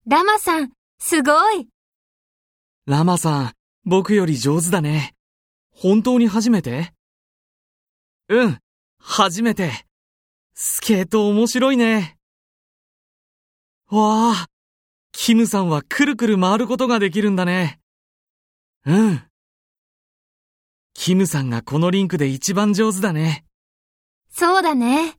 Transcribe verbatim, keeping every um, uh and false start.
ラマさん、すごい。 ラマさん、僕より上手だね。本当に初めて？うん、初めて。スケート面白いね。わあ、キムさんはくるくる回ることができるんだね。うん。キムさんがこのリンクで一番上手だね。 そうだね。